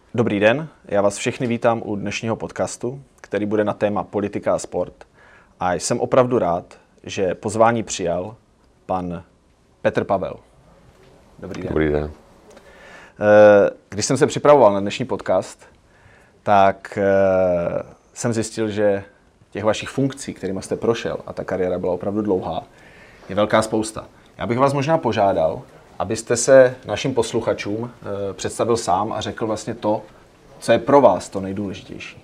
Dobrý den, já vás všechny vítám u dnešního podcastu, který bude na téma politika a sport. A jsem opravdu rád, že pozvání přijal pan Petr Pavel. Dobrý den. Dobrý den. Když jsem se připravoval na dnešní podcast, tak jsem zjistil, že těch vašich funkcí, kterými jste prošel, a ta kariéra byla opravdu dlouhá, je velká spousta. Já bych vás možná požádal, abyste se našim posluchačům představil sám a řekl vlastně to, co je pro vás to nejdůležitější.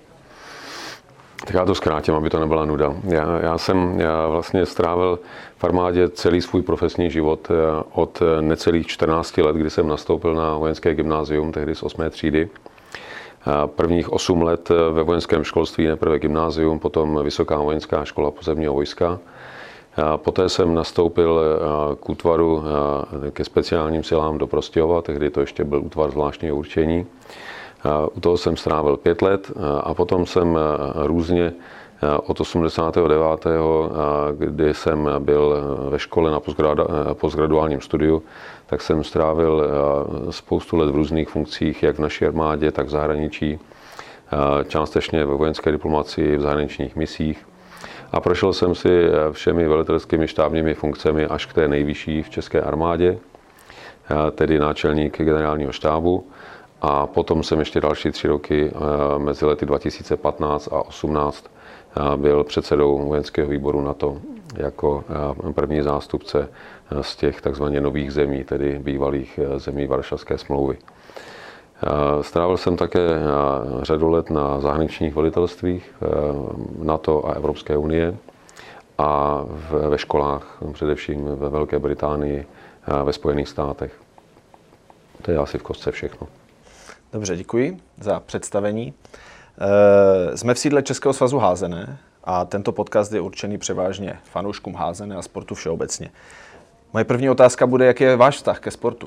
Tak já to zkrátím, aby to nebyla nuda. Já vlastně strávil v armádě celý svůj profesní život od necelých 14 let, kdy jsem nastoupil na vojenské gymnázium, tehdy z 8. třídy. Prvních 8 let ve vojenském školství, nejprve gymnázium, potom Vysoká vojenská škola pozemního vojska. Poté jsem nastoupil k útvaru ke speciálním silám do Prostějova, tehdy to ještě byl útvar zvláštního určení. U toho jsem strávil 5 let a potom jsem různě od 89., kdy jsem byl ve škole na postgraduálním studiu, tak jsem strávil spoustu let v různých funkcích, jak v naší armádě, tak v zahraničí, částečně ve vojenské diplomacii, v zahraničních misích. A prošel jsem si všemi velitelskými štábními funkcemi až k té nejvyšší v české armádě, tedy náčelník generálního štábu. A potom jsem ještě další 3 roky mezi lety 2015 a 2018 byl předsedou vojenského výboru NATO jako první zástupce z těch takzvaně nových zemí, tedy bývalých zemí Varšavské smlouvy. Strávil jsem také řadu let na zahraničních velitelstvích NATO a Evropské unie a ve školách, především ve Velké Británii, ve Spojených státech. To je asi v kostce všechno. Dobře, děkuji za představení. Jsme v sídle Českého svazu házené a tento podcast je určený převážně fanouškům házené a sportu všeobecně. Moje první otázka bude, jaký je váš vztah ke sportu?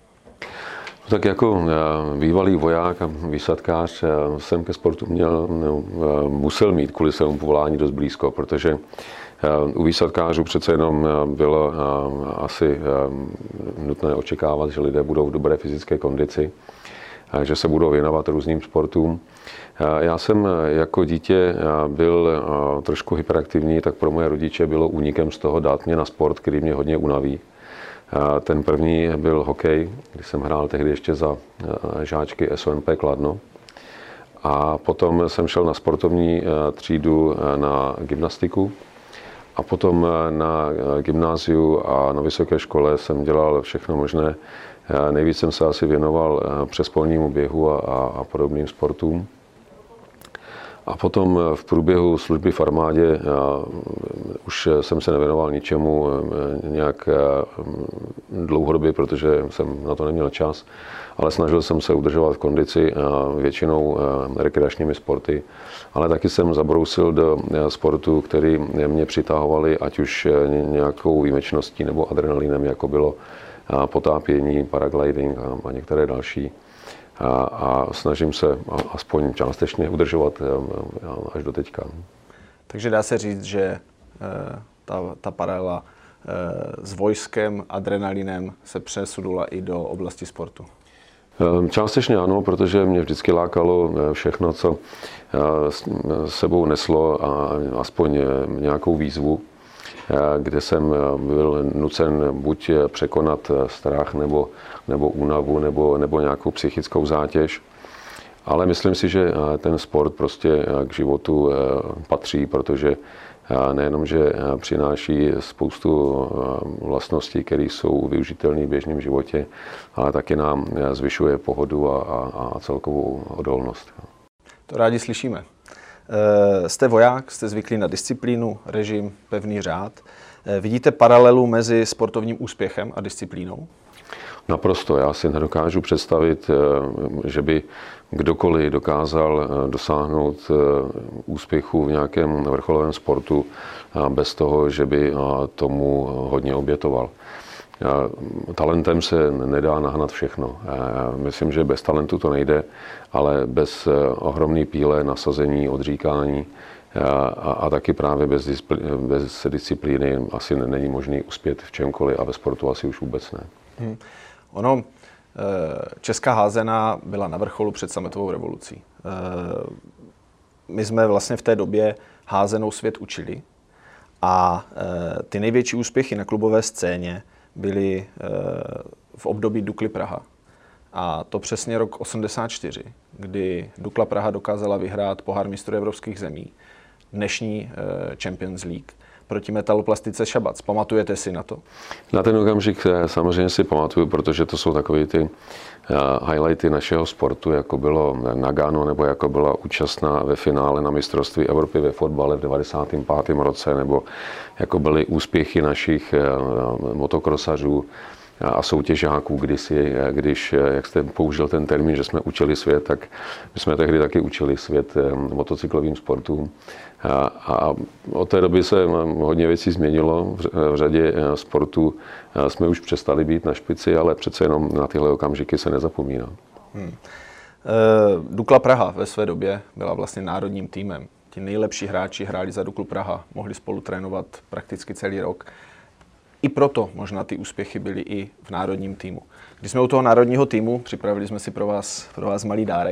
Tak jako bývalý voják a výsadkář jsem ke sportu musel mít kvůli svému povolání dost blízko, protože u výsadkářů přece jenom bylo asi nutné očekávat, že lidé budou v dobré fyzické kondici, že se budou věnovat různým sportům. Já jsem jako dítě byl trošku hyperaktivní, tak pro moje rodiče bylo únikem z toho dát mě na sport, který mě hodně unaví. Ten první byl hokej, kdy jsem hrál tehdy ještě za žáčky SONP Kladno. A potom jsem šel na sportovní třídu na gymnastiku. A potom na gymnáziu a na vysoké škole jsem dělal všechno možné. Nejvíc jsem se asi věnoval přespolnímu běhu a podobným sportům. A potom v průběhu služby v armádě už jsem se nevěnoval ničemu nějak dlouhodobě, protože jsem na to neměl čas, ale snažil jsem se udržovat v kondici většinou rekreačními sporty, ale taky jsem zabrousil do sportu, který mě přitahovaly, ať už nějakou výjimečností nebo adrenalinem, jako bylo potápění, paragliding a některé další. A snažím se aspoň částečně udržovat až do teďka. Takže dá se říct, že ta paralela s vojskem, adrenalinem se přesunula i do oblasti sportu? Částečně ano, protože mě vždycky lákalo všechno, co sebou neslo aspoň nějakou výzvu, kde jsem byl nucen buď překonat strach nebo únavu nebo nějakou psychickou zátěž. Ale myslím si, že ten sport prostě k životu patří, protože nejenom, že přináší spoustu vlastností, které jsou využitelné v běžném životě, ale taky nám zvyšuje pohodu a celkovou odolnost. To rádi slyšíme. Jste voják, jste zvyklí na disciplínu, režim, pevný řád. Vidíte paralelu mezi sportovním úspěchem a disciplínou? Naprosto. Já si nedokážu představit, že by kdokoliv dokázal dosáhnout úspěchu v nějakém vrcholovém sportu bez toho, že by tomu hodně obětoval. Talentem se nedá nahnat všechno. Myslím, že bez talentu to nejde, ale bez ohromné píle, nasazení, odříkání a taky právě bez disciplíny asi není možný uspět v čemkoliv a ve sportu asi už vůbec ne. Ono, česká házená byla na vrcholu před sametovou revolucí. My jsme vlastně v té době házenou svět učili a ty největší úspěchy na klubové scéně byly v období Dukly Praha. A to přesně rok 84, kdy Dukla Praha dokázala vyhrát pohár mistrů evropských zemí, dnešní Champions League, proti Metaloplastice Šabac. Pamatujete si na to? Na ten okamžik samozřejmě si pamatuju, protože to jsou takové ty highlighty našeho sportu, jako bylo Nagano, nebo jako byla účastná ve finále na mistrovství Evropy ve fotbale v 95. roce, nebo jako byly úspěchy našich motokrosařů a soutěžáků kdysi, když, jak jste použil ten termín, že jsme učili svět, tak my jsme tehdy taky učili svět motocyklovým sportům. A od té doby se hodně věcí změnilo. V řadě sportů jsme už přestali být na špici, ale přece jenom na tyhle okamžiky se nezapomíná. Dukla Praha ve své době byla vlastně národním týmem. Ti nejlepší hráči hráli za Duklu Praha, mohli spolu trénovat prakticky celý rok. I proto možná ty úspěchy byly i v národním týmu. Když jsme u toho národního týmu, připravili jsme si pro vás malý dárek.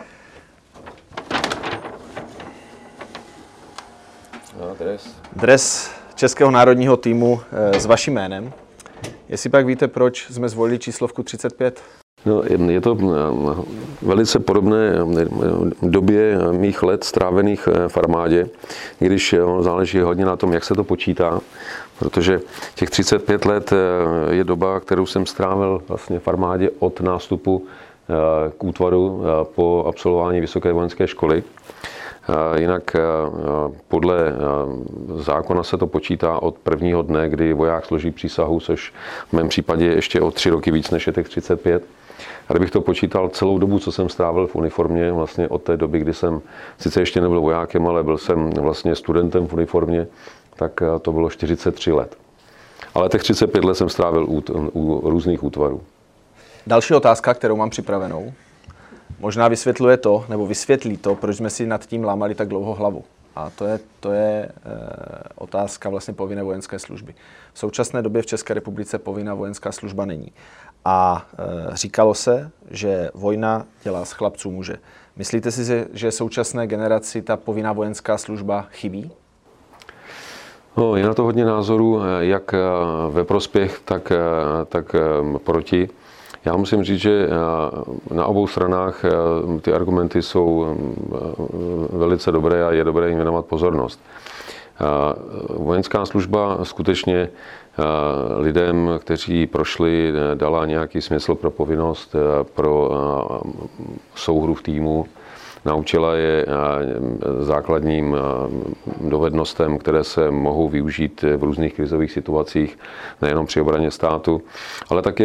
Dres českého národního týmu s vaším jménem. Jestli pak víte, proč jsme zvolili číslovku 35? No, je to velice podobné době mých let strávených v armádě, když záleží hodně na tom, jak se to počítá, protože těch 35 let je doba, kterou jsem strávil vlastně v armádě od nástupu k útvaru po absolvování vysoké vojenské školy. Jinak podle zákona se to počítá od prvního dne, kdy voják složí přísahu, což v mém případě je ještě o 3 roky víc, než je těch 35. A kdybych to počítal celou dobu, co jsem strávil v uniformě, vlastně od té doby, kdy jsem sice ještě nebyl vojákem, ale byl jsem vlastně studentem v uniformě, tak to bylo 43 let. Ale těch 35 let jsem strávil u různých útvarů. Další otázka, kterou mám připravenou, možná vysvětlí to, proč jsme si nad tím lámali tak dlouho hlavu. A to je otázka vlastně povinné vojenské služby. V současné době v České republice povinná vojenská služba není. A říkalo se, že vojna dělá z chlapců muže. Myslíte si, že současné generaci ta povinná vojenská služba chybí? No, je na to hodně názorů, jak ve prospěch, tak proti. Já musím říct, že na obou stranách ty argumenty jsou velice dobré a je dobré jim věnovat pozornost. Vojenská služba skutečně lidem, kteří prošli, dala nějaký smysl pro povinnost, pro souhru v týmu, naučila je základním dovednostem, které se mohou využít v různých krizových situacích, nejenom při obraně státu, ale také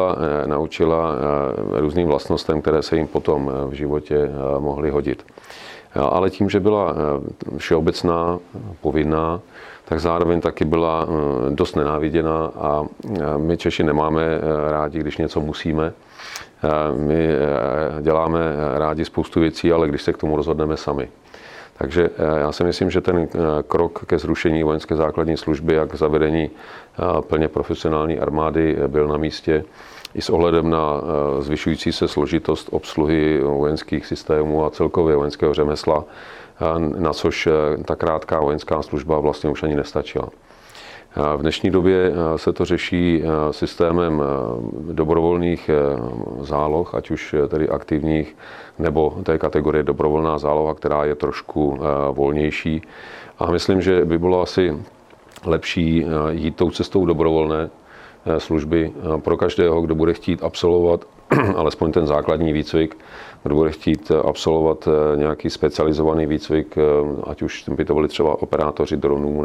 naučila různým vlastnostem, které se jim potom v životě mohly hodit. Ale tím, že byla všeobecná, povinná, tak zároveň taky byla dost nenáviděná a my Češi nemáme rádi, když něco musíme. My děláme rádi spoustu věcí, ale když se k tomu rozhodneme sami. Takže já si myslím, že ten krok ke zrušení vojenské základní služby a k zavedení plně profesionální armády byl na místě i s ohledem na zvyšující se složitost obsluhy vojenských systémů a celkově vojenského řemesla, na což ta krátká vojenská služba vlastně už ani nestačila. V dnešní době se to řeší systémem dobrovolných záloh, ať už tedy aktivních, nebo té kategorie dobrovolná záloha, která je trošku volnější. A myslím, že by bylo asi lepší jít tou cestou dobrovolné služby pro každého, kdo bude chtít absolvovat alespoň ten základní výcvik, kdo bude chtít absolvovat nějaký specializovaný výcvik, ať už by to byli třeba operátoři dronů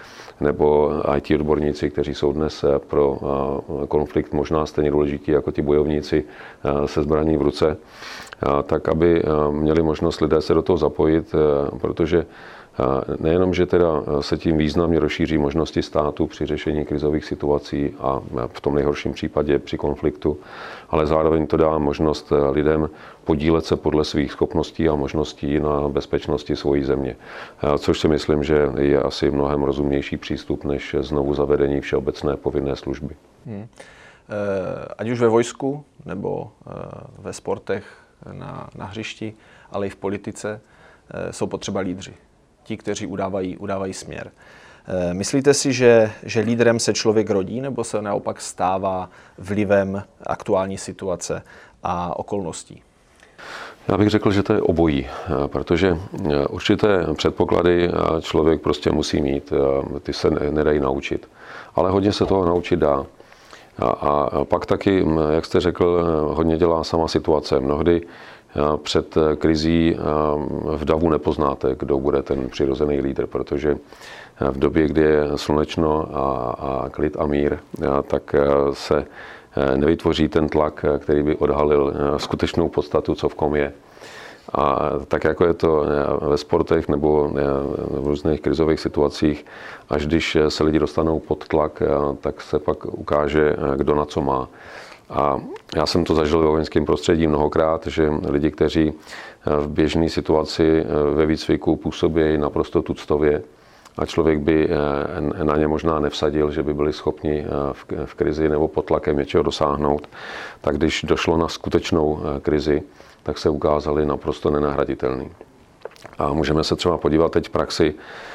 nebo IT odborníci, kteří jsou dnes pro konflikt možná stejně důležití jako ti bojovníci se zbraní v ruce, tak aby měli možnost lidé se do toho zapojit, protože nejenom, že teda se tím významně rozšíří možnosti státu při řešení krizových situací a v tom nejhorším případě při konfliktu, ale zároveň to dá možnost lidem podílet se podle svých schopností a možností na bezpečnosti svojí země. Což si myslím, že je asi mnohem rozumnější přístup než znovu zavedení všeobecné povinné služby. ať už ve vojsku nebo ve sportech na hřišti, ale i v politice, jsou potřeba lídři. Ti, kteří udávají směr. Myslíte si, že lídrem se člověk rodí, nebo se naopak stává vlivem aktuální situace a okolností? Já bych řekl, že to je obojí, protože určité předpoklady člověk prostě musí mít, ty se nedají naučit. Ale hodně se toho naučit dá. A pak taky, jak jste řekl, hodně dělá sama situace. Mnohdy před krizí v davu nepoznáte, kdo bude ten přirozený lídr, protože v době, kdy je slunečno a klid a mír, tak se nevytvoří ten tlak, který by odhalil skutečnou podstatu, co v kom je. A tak jako je to ve sportech nebo v různých krizových situacích, až když se lidi dostanou pod tlak, tak se pak ukáže, kdo na co má. A já jsem to zažil ve vojenském prostředí mnohokrát, že lidi, kteří v běžné situaci ve výcviku působí naprosto tuctově, a člověk by na ně možná nevsadil, že by byli schopni v krizi nebo pod tlakem něčeho dosáhnout, tak když došlo na skutečnou krizi, tak se ukázali naprosto nenahraditelný. A můžeme se třeba podívat teď v praxi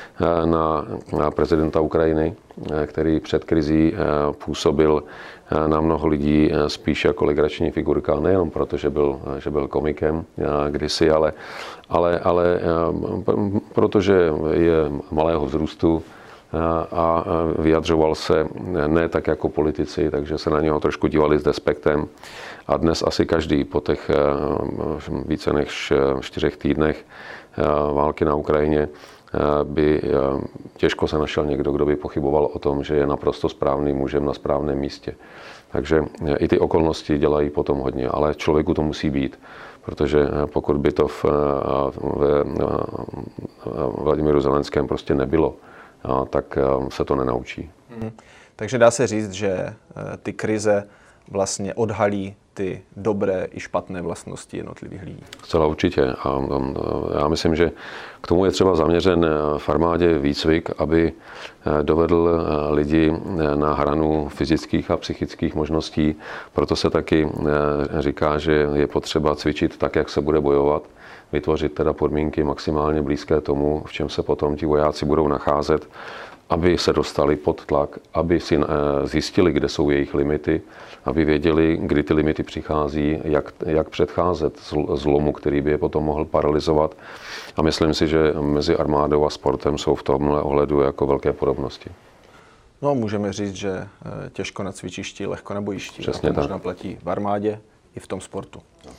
na prezidenta Ukrajiny, který před krizí působil na mnoho lidí spíš jako legrační figurka, nejenom proto, že byl komikem kdysi, ale protože je malého vzrůstu a vyjadřoval se ne tak jako politici, takže se na něho trošku dívali s despektem. A dnes asi každý po těch více než 4 týdnech války na Ukrajině by těžko se našel někdo, kdo by pochyboval o tom, že je naprosto správným mužem na správném místě. Takže i ty okolnosti dělají potom hodně, ale člověku to musí být, protože pokud by to ve Vladimíru Zelenském prostě nebylo, tak se to nenaučí. Takže dá se říct, že ty krize vlastně odhalí ty dobré i špatné vlastnosti jednotlivých lidí. Zcela určitě. A já myslím, že k tomu je třeba zaměřen v armádě výcvik, aby dovedl lidi na hranu fyzických a psychických možností. Proto se taky říká, že je potřeba cvičit tak, jak se bude bojovat, vytvořit teda podmínky maximálně blízké tomu, v čem se potom ti vojáci budou nacházet, aby se dostali pod tlak, aby si zjistili, kde jsou jejich limity, aby věděli, kdy ty limity přichází, jak předcházet zlomu, který by je potom mohl paralyzovat. A myslím si, že mezi armádou a sportem jsou v tomhle ohledu jako velké podobnosti. No, můžeme říct, že těžko na cvičišti, lehko na bojišti. Přesně tak. Možná platí v armádě i v tom sportu.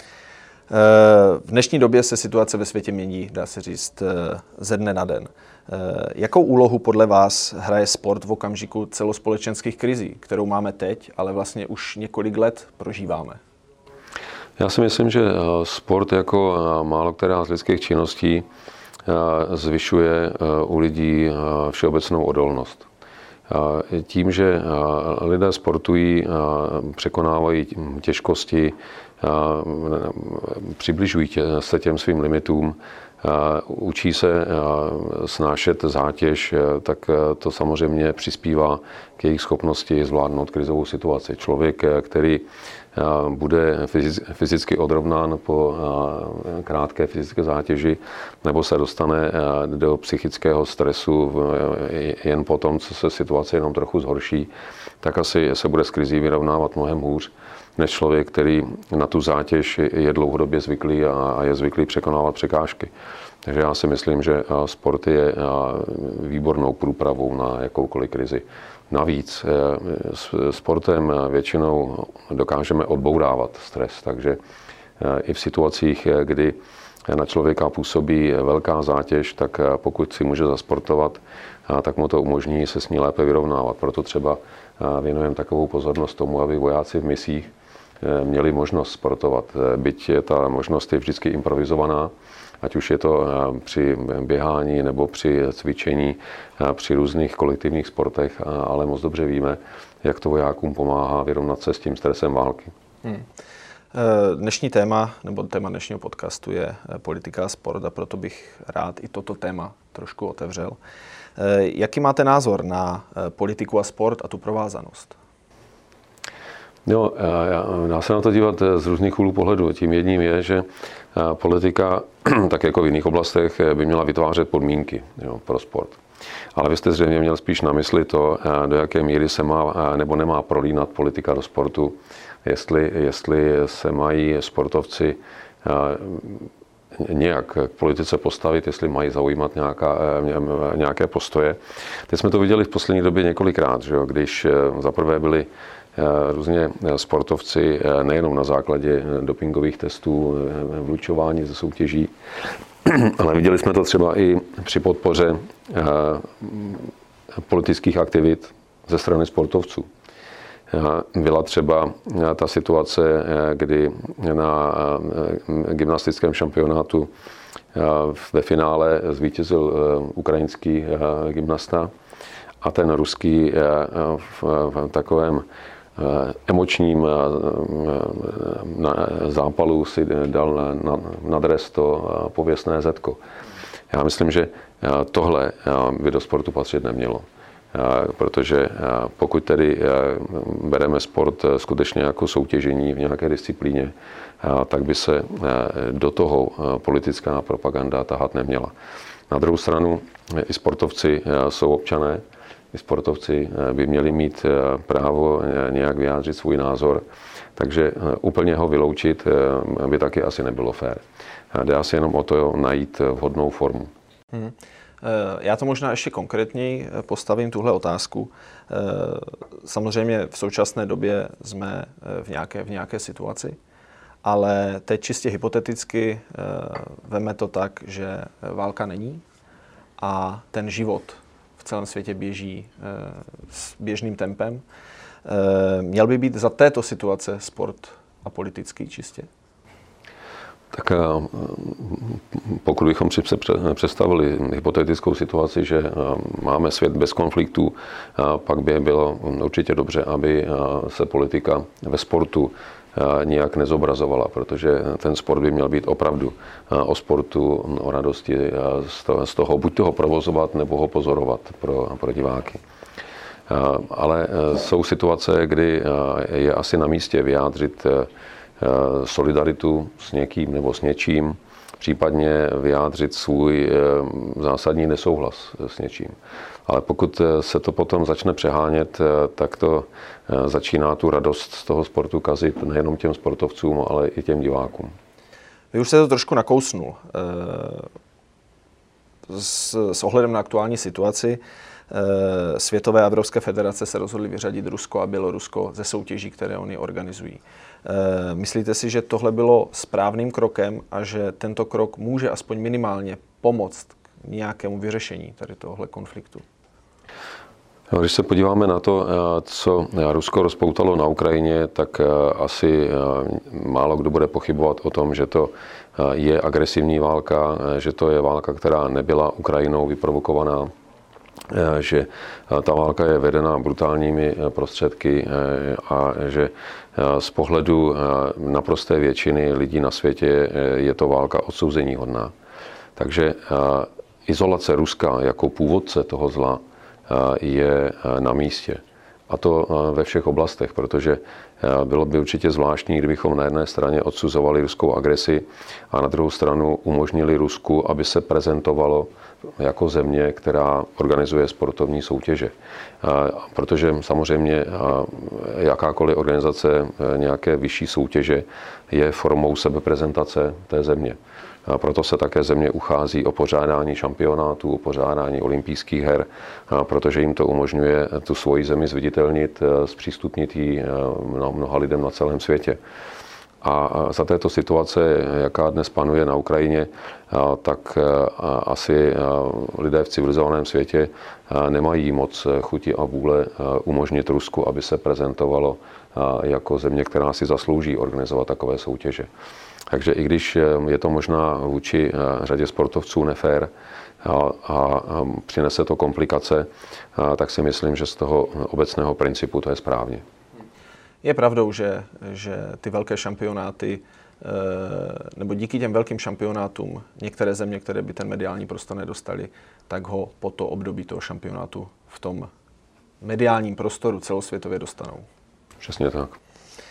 V dnešní době se situace ve světě mění, dá se říct, ze dne na den. Jakou úlohu podle vás hraje sport v okamžiku celospolečenských krizí, kterou máme teď, ale vlastně už několik let prožíváme? Já si myslím, že sport jako málo která z lidských činností zvyšuje u lidí všeobecnou odolnost. Tím, že lidé sportují, překonávají těžkosti, přibližují se těm svým limitům, učí se snášet zátěž, tak to samozřejmě přispívá k jejich schopnosti zvládnout krizovou situaci. Člověk, který bude fyzicky odrovnán po krátké fyzické zátěži nebo se dostane do psychického stresu jen potom, co se situace jenom trochu zhorší, tak asi se bude s krizí vyrovnávat mnohem hůř než člověk, který na tu zátěž je dlouhodobě zvyklý a je zvyklý překonávat překážky. Takže já si myslím, že sport je výbornou průpravou na jakoukoliv krizi. Navíc sportem většinou dokážeme odbourávat stres, takže i v situacích, kdy na člověka působí velká zátěž, tak pokud si může zasportovat, tak mu to umožní se s ní lépe vyrovnávat. Proto třeba věnujeme takovou pozornost tomu, aby vojáci v misích měli možnost sportovat. Byť ta možnost je vždycky improvizovaná, ať už je to při běhání nebo při cvičení, při různých kolektivních sportech, ale moc dobře víme, jak to vojákům pomáhá vyrovnat se s tím stresem války. Dnešní téma, nebo téma dnešního podcastu je politika a sport, a proto bych rád i toto téma trošku otevřel. Jaký máte názor na politiku a sport a tu provázanost? Jo, dá se na to dívat z různých úhlů pohledu. Tím jedním je, že politika, tak jako v jiných oblastech, by měla vytvářet podmínky, jo, pro sport. Ale vy jste zřejmě měl spíš na mysli to, do jaké míry se má nebo nemá prolínat politika do sportu, jestli se mají sportovci nějak k politice postavit, jestli mají zaujímat nějaké postoje. Teď jsme to viděli v poslední době několikrát, že jo, když zaprvé byli různě sportovci nejenom na základě dopingových testů, vylučování ze soutěží, ale viděli jsme to třeba i při podpoře politických aktivit ze strany sportovců. Byla třeba ta situace, kdy na gymnastickém šampionátu ve finále zvítězil ukrajinský gymnasta a ten ruský v takovém emočním zápalu si dal na dres to pověstné zetko. Já myslím, že tohle by do sportu patřit nemělo. Protože pokud tedy bereme sport skutečně jako soutěžení v nějaké disciplíně, tak by se do toho politická propaganda tahat neměla. Na druhou stranu i sportovci jsou občané, i sportovci by měli mít právo nějak vyjádřit svůj názor, takže úplně ho vyloučit by taky asi nebylo fér. Jde asi jenom o to najít vhodnou formu. Já to možná ještě konkrétněji postavím tuhle otázku. Samozřejmě v současné době jsme v nějaké situaci, ale teď čistě hypoteticky veme to tak, že válka není a ten život v celém světě běží s běžným tempem. Měl by být za této situace sport apolitický čistě? Tak pokud bychom si představili hypotetickou situaci, že máme svět bez konfliktů, pak by bylo určitě dobře, aby se politika ve sportu nijak nezobrazovala, protože ten sport by měl být opravdu o sportu, o radosti z toho buď toho provozovat, nebo ho pozorovat pro diváky. Ale jsou situace, kdy je asi na místě vyjádřit solidaritu s někým nebo s něčím, případně vyjádřit svůj zásadní nesouhlas s něčím. Ale pokud se to potom začne přehánět, tak to začíná tu radost z toho sportu kazit nejenom těm sportovcům, ale i těm divákům. Vy už jste to trošku nakousnul. S ohledem na aktuální situaci světové a evropské federace se rozhodly vyřadit Rusko a Bělorusko ze soutěží, které oni organizují. Myslíte si, že tohle bylo správným krokem a že tento krok může aspoň minimálně pomoct k nějakému vyřešení tady tohle konfliktu? Když se podíváme na to, co Rusko rozpoutalo na Ukrajině, tak asi málo kdo bude pochybovat o tom, že to je agresivní válka, že to je válka, která nebyla Ukrajinou vyprovokovaná, že ta válka je vedena brutálními prostředky a že z pohledu naprosté většiny lidí na světě je to válka odsouzeníhodná. Takže izolace Ruska jako původce toho zla je na místě. A to ve všech oblastech, protože bylo by určitě zvláštní, kdybychom na jedné straně odsuzovali ruskou agresi a na druhou stranu umožnili Rusku, aby se prezentovalo jako země, která organizuje sportovní soutěže. Protože samozřejmě jakákoliv organizace nějaké vyšší soutěže je formou sebeprezentace té země. A proto se také země uchází o pořádání šampionátů, o pořádání olympijských her, protože jim to umožňuje tu svoji zemi zviditelnit, zpřístupnit ji mnoha lidem na celém světě. A za této situace, jaká dnes panuje na Ukrajině, tak asi lidé v civilizovaném světě nemají moc chuti a vůle umožnit Rusku, aby se prezentovalo jako země, která si zaslouží organizovat takové soutěže. Takže i když je to možná vůči řadě sportovců nefér a přinese to komplikace, tak si myslím, že z toho obecného principu to je správně. Je pravdou, že ty velké šampionáty, nebo díky těm velkým šampionátům, některé země, které by ten mediální prostor nedostaly, tak ho po to období toho šampionátu v tom mediálním prostoru celosvětově dostanou. Přesně tak.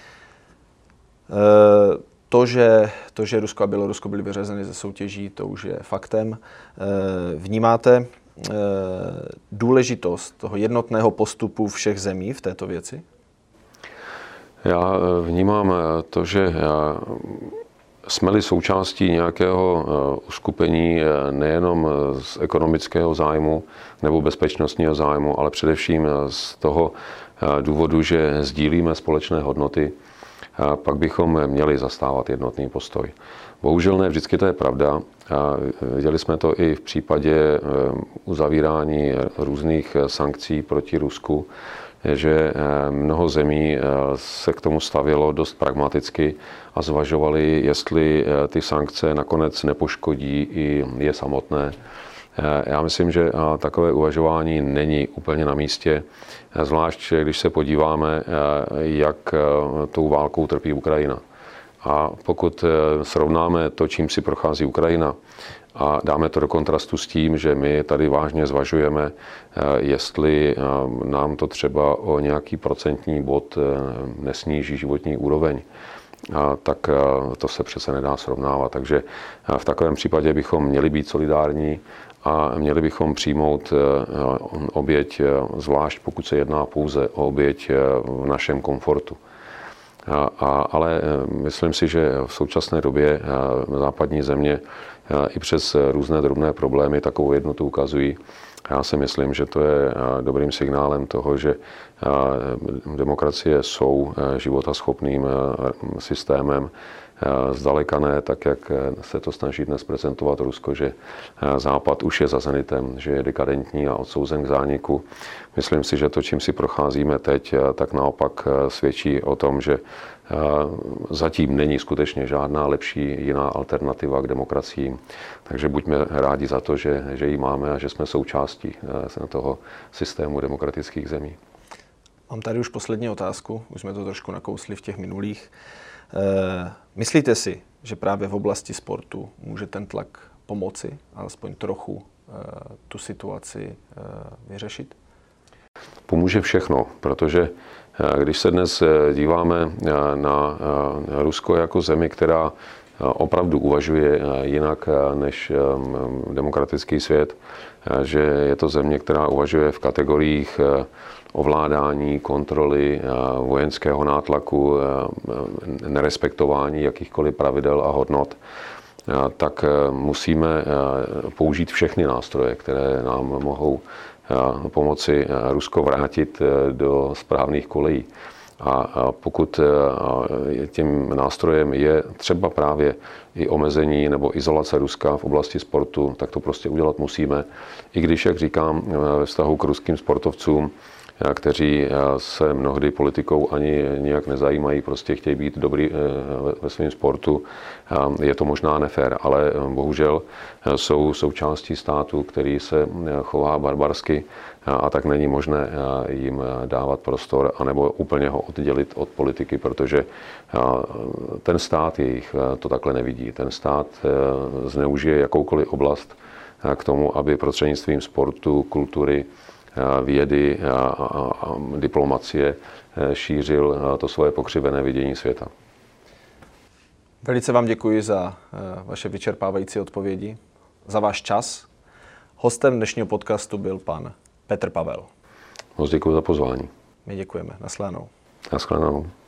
To, že Rusko a Bělorusko byly vyřazeny ze soutěží, to už je faktem. Vnímáte důležitost toho jednotného postupu všech zemí v této věci? Já vnímám to, že jsme-li součástí nějakého uskupení nejenom z ekonomického zájmu nebo bezpečnostního zájmu, ale především z toho důvodu, že sdílíme společné hodnoty, pak bychom měli zastávat jednotný postoj. Bohužel ne vždycky to je pravda. Viděli jsme to i v případě uzavírání různých sankcí proti Rusku, že mnoho zemí se k tomu stavělo dost pragmaticky a zvažovali, jestli ty sankce nakonec nepoškodí i je samotné. Já myslím, že takové uvažování není úplně na místě, zvlášť když se podíváme, jak tou válkou trpí Ukrajina. A pokud srovnáme to, čím si prochází Ukrajina, a dáme to do kontrastu s tím, že my tady vážně zvažujeme, jestli nám to třeba o nějaký procentní bod nesníží životní úroveň, tak to se přece nedá srovnávat. Takže v takovém případě bychom měli být solidární a měli bychom přijmout oběť, zvlášť pokud se jedná pouze o oběť v našem komfortu. Ale myslím si, že v současné době západní země i přes různé drobné problémy takovou jednotu ukazují. Já si myslím, že to je dobrým signálem toho, že demokracie jsou životaschopným systémem. Zdaleka ne, tak jak se to snaží dnes prezentovat Rusko, že Západ už je za zenitem, že je dekadentní a odsouzen k zániku. Myslím si, že to, čím si procházíme teď, tak naopak svědčí o tom, že zatím není skutečně žádná lepší jiná alternativa k demokraciím. Takže buďme rádi za to, že ji máme a že jsme součástí toho systému demokratických zemí. Mám tady už poslední otázku, už jsme to trošku nakousli v těch minulých. Myslíte si, že právě v oblasti sportu může ten tlak pomoci, alespoň trochu tu situaci vyřešit? Pomůže všechno, protože když se dnes díváme na Rusko jako zemi, která opravdu uvažuje jinak než demokratický svět, že je to země, která uvažuje v kategoriích ovládání, kontroly, vojenského nátlaku, nerespektování jakýchkoliv pravidel a hodnot, tak musíme použít všechny nástroje, které nám mohou pomoci Rusko vrátit do správných kolejí. A pokud tím nástrojem je třeba právě i omezení nebo izolace Ruska v oblasti sportu, tak to prostě udělat musíme. I když, jak říkám, ve vztahu k ruským sportovcům, kteří se mnohdy politikou ani nijak nezajímají, prostě chtějí být dobrý ve svém sportu. Je to možná nefér, ale bohužel jsou součástí státu, který se chová barbarsky a tak není možné jim dávat prostor anebo úplně ho oddělit od politiky, protože ten stát jejich to takhle nevidí. Ten stát zneužije jakoukoliv oblast k tomu, aby prostřednictvím sportu, kultury, vědy a diplomacie šířil to svoje pokřivené vidění světa. Velice vám děkuji za vaše vyčerpávající odpovědi, za váš čas. Hostem dnešního podcastu byl pan Petr Pavel. Moc děkuji za pozvání. My děkujeme. Nashledanou. Nashledanou.